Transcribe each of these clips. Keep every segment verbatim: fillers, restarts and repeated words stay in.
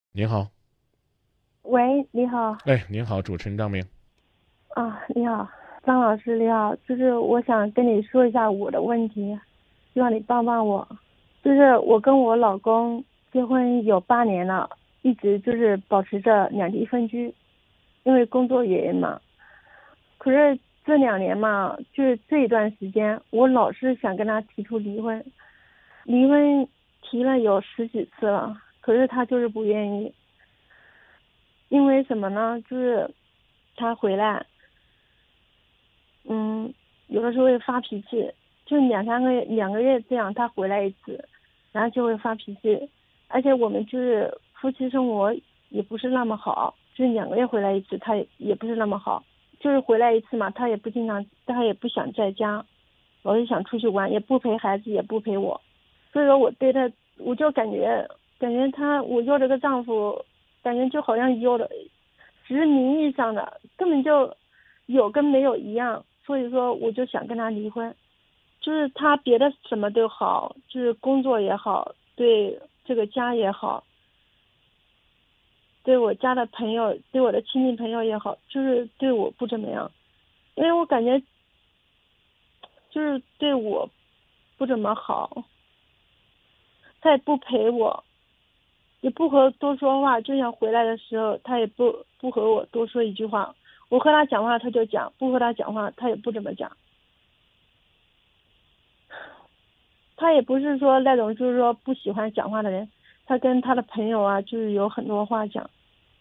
您好。 喂，你好。 哎，您好，主持人张明。 啊，你好，张老师，你好，就是我想跟你说一下我的问题，希望你帮帮我。就是我跟我老公结婚有八年了，一直就是保持着两地分居，因为工作原因嘛。可是这两年嘛，就是这一段时间，我老是想跟他提出离婚，离婚提了有十几次了，可是他就是不愿意。因为什么呢？就是他回来。嗯，有的时候会发脾气，就两三个月、两个月这样，他回来一次，然后就会发脾气，而且我们就是夫妻生活也不是那么好，就是两个月回来一次，他也也不是那么好，就是回来一次嘛，他也不经常，他也不想在家，老是想出去玩，也不陪孩子，也不陪我，所以说我对他，我就感觉感觉他，我要这个丈夫，感觉就好像要的，只是名义上的，根本就有跟没有一样。所以说我就想跟他离婚，就是他别的什么都好，就是工作也好，对这个家也好，对我家的朋友，对我的亲戚朋友也好，就是对我不怎么样，因为我感觉就是对我不怎么好，他也不陪我，也不和我多说话，就像回来的时候，他也不不和我多说一句话，我和他讲话他就讲，不和他讲话他也不怎么讲。他也不是说那种就是说不喜欢讲话的人，他跟他的朋友啊，就是有很多话讲。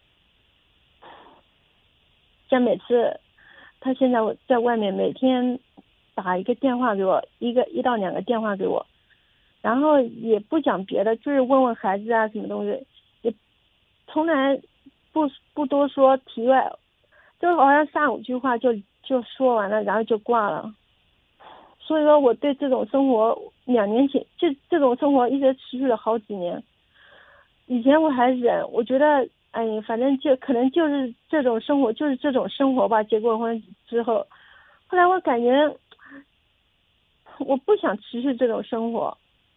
像每次他现在我在外面每天打一个电话给我，一个一到两个电话给我，然后也不讲别的，就是问问孩子啊什么东西，也从来不不多说题外，就好像三五句话就就说完了，然后就挂了。所以说我对这种生活，两年前这这种生活一直持续了好几年。以前我还忍，我觉得，哎，反正就可能就是这种生活，就是这种生活吧。结过婚之后，后来我感觉我不想持续这种生活，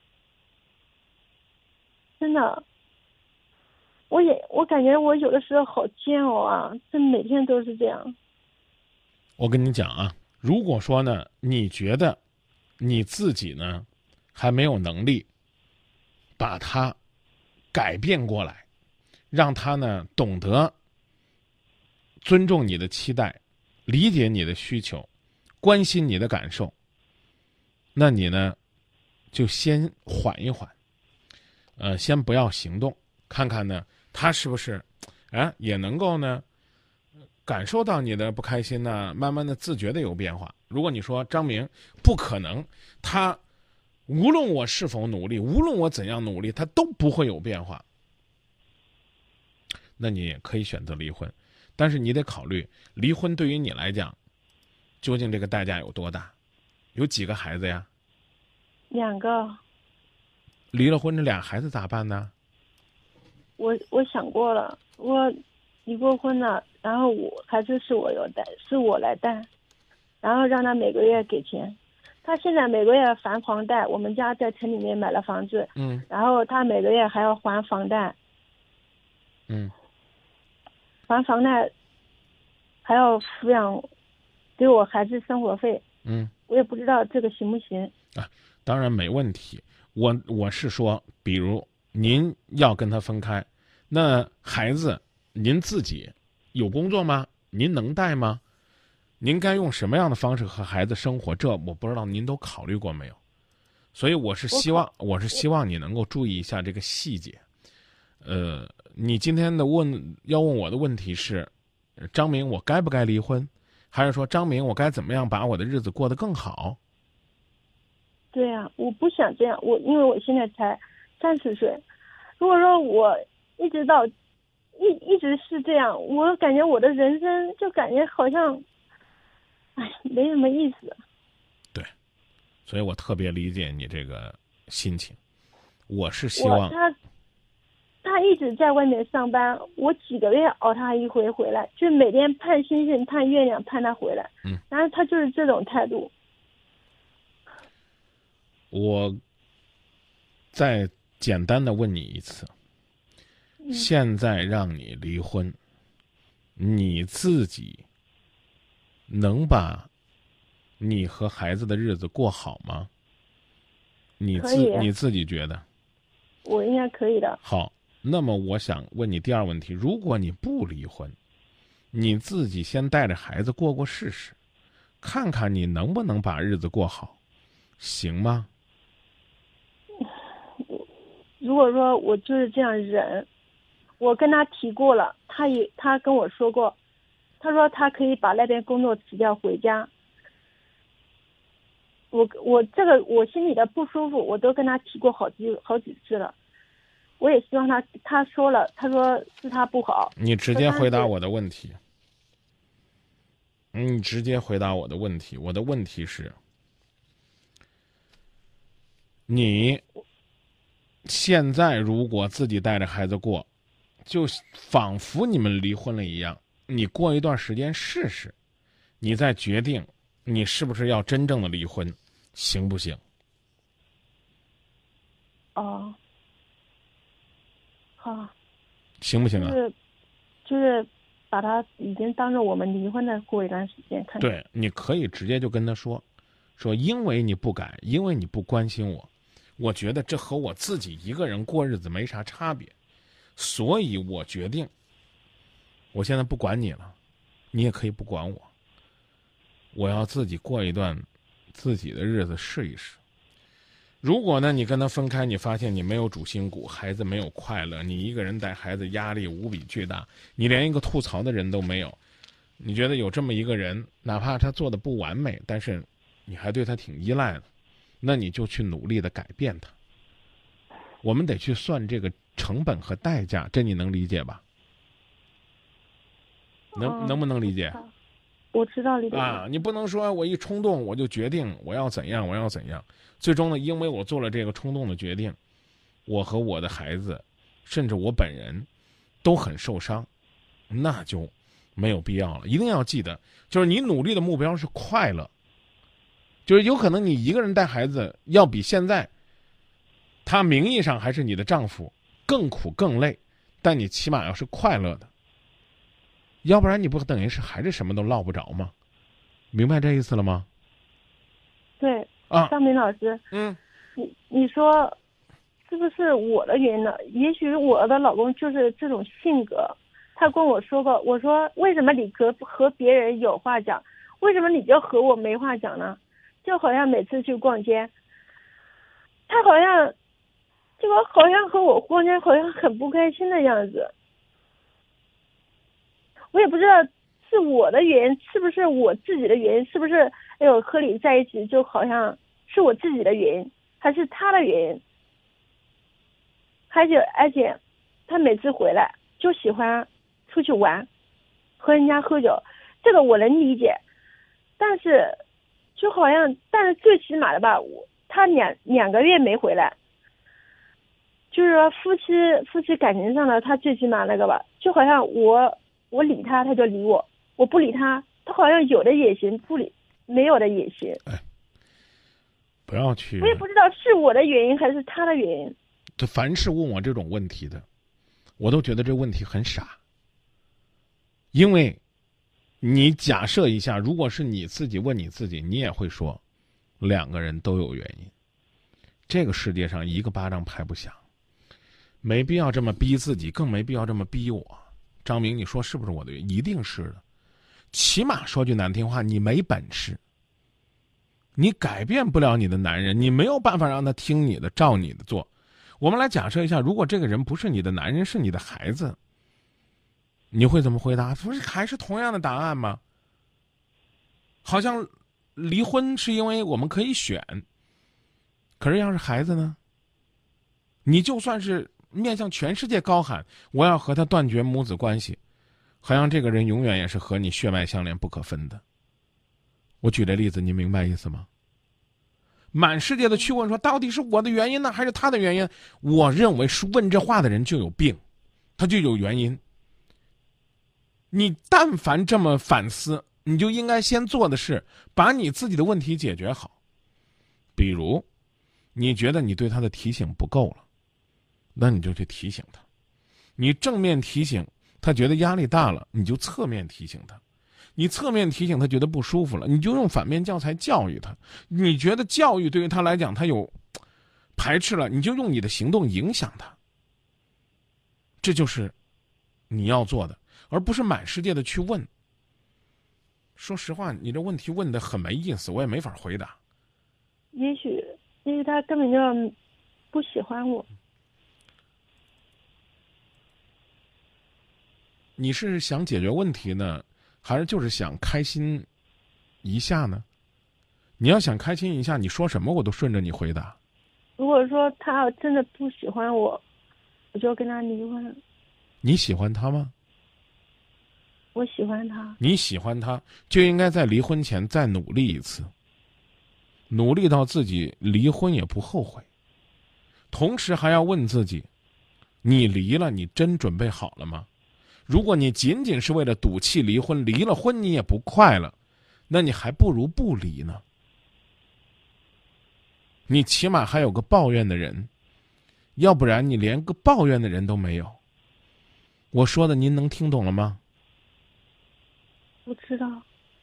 真的，我也我感觉我有的时候好煎熬啊，这每天都是这样。 我跟你讲啊，如果说呢，你觉得你自己呢还没有能力把他改变过来，让他呢懂得尊重你的期待，理解你的需求，关心你的感受，那你呢就先缓一缓，呃，先不要行动，看看呢他是不是，啊，也能够呢感受到你的不开心呢，慢慢的自觉的有变化。如果你说张明不可能，他无论我是否努力，无论我怎样努力，他都不会有变化，那你也可以选择离婚。但是你得考虑，离婚对于你来讲，究竟这个代价有多大？有几个孩子呀？ 两个， 离了婚这俩孩子咋办呢？ 我我想过了，我离过婚了，然后我孩子是我有带，是我来带。然后让他每个月给钱。他现在每个月还房贷，我们家在城里面买了房子， 嗯然后他每个月还要还房贷， 嗯还房贷还要抚养给我孩子生活费， 嗯我也不知道这个行不行。 啊，当然没问题。我我是说，比如您要跟他分开，那孩子您自己有工作吗？您能带吗？您该用什么样的方式和孩子生活？这我不知道您都考虑过没有？所以我是希望， 我考我是希我望你能够注意一下这个细节。呃，你今天的问要问我的问题是，呃张明，我该不该离婚？还是说张明，我该怎么样把我的日子过得更好？ 对呀、我不想这样，我因为我现在才三十岁，如果说我一直到一一直是这样，我感觉我的人生就感觉好像，哎，没什么意思。 对，所以我特别理解你这个心情。我是希望， 我他他一直在外面上班，我几个月熬他一回回来，就每天盼星星盼月亮盼他回来， 嗯， 然后他就是这种态度。 我再简单的问你一次， 现在让你离婚，你自己能把你和孩子的日子过好吗？你自可以你自己觉得？ 我应该可以的。 好，那么我想问你第二问题：如果你不离婚，你自己先带着孩子过过试试，看看你能不能把日子过好，行吗？ 如果说我就是这样忍，我跟他提过了，他也他跟我说过，他说他可以把那边工作辞掉回家。我我这个我心里的不舒服，我都跟他提过好几好几次了。我也希望他他说了，他说是他不好。 你直接回答我的问题。你直接回答我的问题。我的问题是，你现在如果自己带着孩子过，就仿佛你们离婚了一样，你过一段时间试试，你再决定你是不是要真正的离婚，行不行？ 哦，好， 行不行啊？ 就是就是把他已经当着我们离婚的过一段时间看看。 对，你可以直接就跟他说，说因为你不改，因为你不关心我，我觉得这和我自己一个人过日子没啥差别，所以我决定，我现在不管你了，你也可以不管我，我要自己过一段自己的日子试一试。如果呢，你跟他分开，你发现你没有主心骨，孩子没有快乐，你一个人带孩子压力无比巨大，你连一个吐槽的人都没有，你觉得有这么一个人，哪怕他做的不完美，但是你还对他挺依赖的，那你就去努力的改变他。我们得去算这个成本和代价，这你能理解吧？能、 哦、 能不能理解？ 我知道理解啊，你不能说我一冲动我就决定我要怎样我要怎样，最终呢，因为我做了这个冲动的决定，我和我的孩子，甚至我本人，都很受伤，那就没有必要了。一定要记得，就是你努力的目标是快乐，就是有可能你一个人带孩子，要比现在，他名义上还是你的丈夫，更苦更累，但你起码要是快乐的。要不然你不等于是还是什么都落不着吗？明白这意思了吗？ 对啊， 张明老师， 嗯， 你你说是不是我的原因呢？也许我的老公就是这种性格。他跟我说过，我说为什么你和和别人有话讲，为什么你就和我没话讲呢？就好像每次去逛街，他好像这个好像和我逛街好像很不开心的样子。我也不知道是我的原因，是不是我自己的原因，是不是哎呦和你在一起就好像是我自己的原因，还是他的原因？而且而且，他每次回来就喜欢出去玩，和人家喝酒，这个我能理解。但是，就好像，但是最起码的吧，我他两两个月没回来，就是说夫妻夫妻感情上的，他最起码那个吧，就好像我。我理他，他就理我；我不理他，他好像有的也行，不理没有的也行。 哎，不要去。 我也不知道是我的原因还是他的原因。 这凡是问我这种问题的，我都觉得这问题很傻。因为，你假设一下，如果是你自己问你自己，你也会说，两个人都有原因。这个世界上一个巴掌拍不响，没必要这么逼自己，更没必要这么逼我。张明，你说是不是我的原因？一定是的。起码说句难听话，你没本事，你改变不了你的男人，你没有办法让他听你的，照你的做。我们来假设一下，如果这个人不是你的男人，是你的孩子，你会怎么回答？不是还是同样的答案吗？好像离婚是因为我们可以选，可是要是孩子呢？你就算是面向全世界高喊我要和他断绝母子关系，好像这个人永远也是和你血脉相连不可分的。我举这例子，你明白意思吗？满世界的去问说到底是我的原因呢还是他的原因，我认为是问这话的人就有病，他就有原因。你但凡这么反思，你就应该先做的是把你自己的问题解决好。比如你觉得你对他的提醒不够了，那你就去提醒他， 你正面提醒他觉得压力大了，你就侧面提醒他；你侧面提醒他觉得不舒服了，你就用反面教材教育他。你觉得教育对于他来讲他有排斥了，你就用你的行动影响他。这就是你要做的，而不是满世界的去问。说实话，你这问题问得很没意思，我也没法回答。 也许因为他根本就不喜欢我。 你是想解决问题呢，还是就是想开心一下呢？你要想开心一下，你说什么我都顺着你回答。 如果说他真的不喜欢我，我就跟他离婚。 你喜欢他吗？ 我喜欢他。 你喜欢他，就应该在离婚前再努力一次，努力到自己离婚也不后悔。同时还要问自己，你离了，你真准备好了吗？如果你仅仅是为了赌气离婚，离了婚你也不快乐，那你还不如不离呢。你起码还有个抱怨的人，要不然你连个抱怨的人都没有。我说的您能听懂了吗？ 我知道。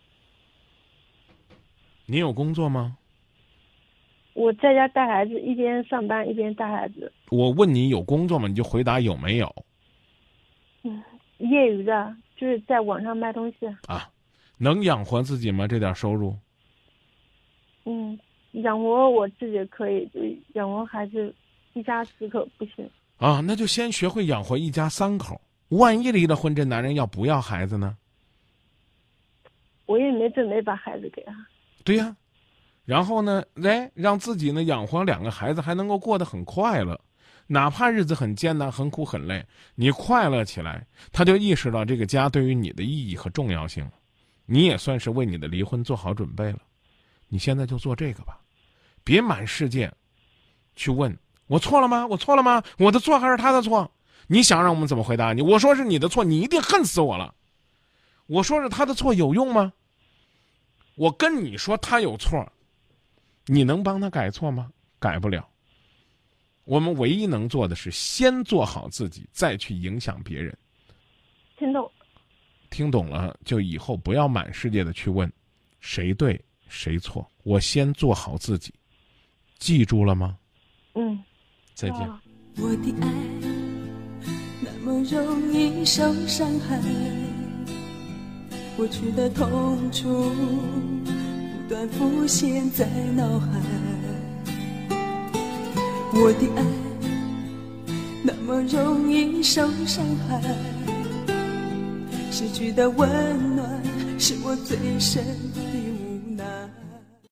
你有工作吗？ 我在家带孩子，一边上班一边带孩子。 我问你有工作吗？你就回答有没有。 嗯，业余的，就是在网上卖东西。 啊，能养活自己吗？这点收入？ 嗯，养活我自己可以，就养活孩子，一家四口不行。 啊，那就先学会养活一家三口。万一离了婚，这男人要不要孩子呢？ 我也没准备把孩子给他。 对呀、啊，然后呢，哎，让自己呢养活两个孩子，还能够过得很快乐，哪怕日子很艰难、很苦、很累，你快乐起来，他就意识到这个家对于你的意义和重要性了。你也算是为你的离婚做好准备了。你现在就做这个吧，别满世界去问我错了吗？我错了吗？我的错还是他的错？你想让我们怎么回答你？我说是你的错，你一定恨死我了。我说是他的错有用吗？我跟你说他有错，你能帮他改错吗？改不了。我们唯一能做的是先做好自己，再去影响别人。 听懂。 听懂了，就以后不要满世界的去问谁对谁错，我先做好自己。记住了吗？ 嗯， 再见。 我的爱那么容易受伤害，过去的痛楚不断浮现在脑海。我的爱那么容易受伤害，失去的温暖是我最深的